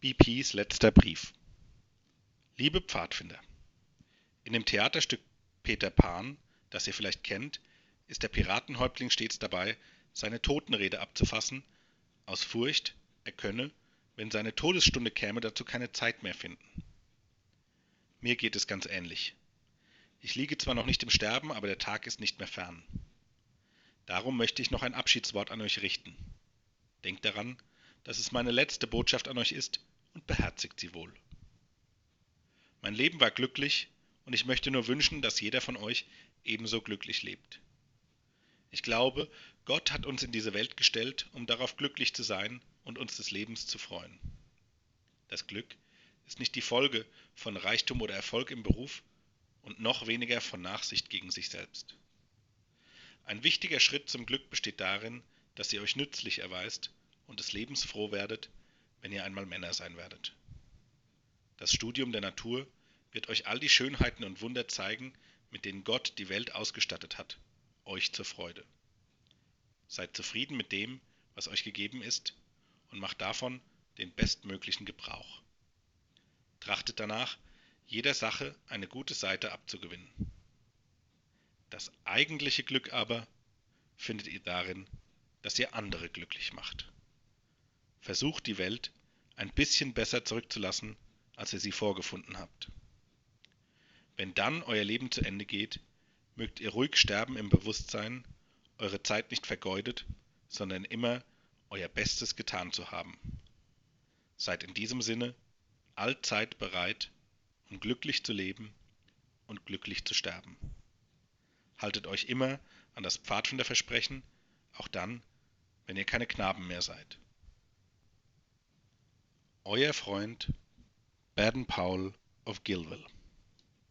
BPs letzter Brief. Liebe Pfadfinder, in dem Theaterstück Peter Pan, das ihr vielleicht kennt, ist der Piratenhäuptling stets dabei, seine Totenrede abzufassen, aus Furcht, er könne, wenn seine Todesstunde käme, dazu keine Zeit mehr finden. Mir geht es ganz ähnlich. Ich liege zwar noch nicht im Sterben, aber der Tag ist nicht mehr fern. Darum möchte ich noch ein Abschiedswort an euch richten. Denkt daran, dass es meine letzte Botschaft an euch ist und beherzigt sie wohl. Mein Leben war glücklich und ich möchte nur wünschen, dass jeder von euch ebenso glücklich lebt. Ich glaube, Gott hat uns in diese Welt gestellt, um darauf glücklich zu sein und uns des Lebens zu freuen. Das Glück ist nicht die Folge von Reichtum oder Erfolg im Beruf und noch weniger von Nachsicht gegen sich selbst. Ein wichtiger Schritt zum Glück besteht darin, dass ihr euch nützlich erweist und des Lebens froh werdet, wenn ihr einmal Männer sein werdet. Das Studium der Natur wird euch all die Schönheiten und Wunder zeigen, mit denen Gott die Welt ausgestattet hat, euch zur Freude. Seid zufrieden mit dem, was euch gegeben ist, und macht davon den bestmöglichen Gebrauch. Trachtet danach, jeder Sache eine gute Seite abzugewinnen. Das eigentliche Glück aber findet ihr darin, dass ihr andere glücklich macht. Versucht die Welt ein bisschen besser zurückzulassen, als ihr sie vorgefunden habt. Wenn dann euer Leben zu Ende geht, mögt ihr ruhig sterben im Bewusstsein, eure Zeit nicht vergeudet, sondern immer euer Bestes getan zu haben. Seid in diesem Sinne allzeit bereit, um glücklich zu leben und glücklich zu sterben. Haltet euch immer an das Pfadfinderversprechen, auch dann, wenn ihr keine Knaben mehr seid. Euer Freund Baden-Powell of Gilville.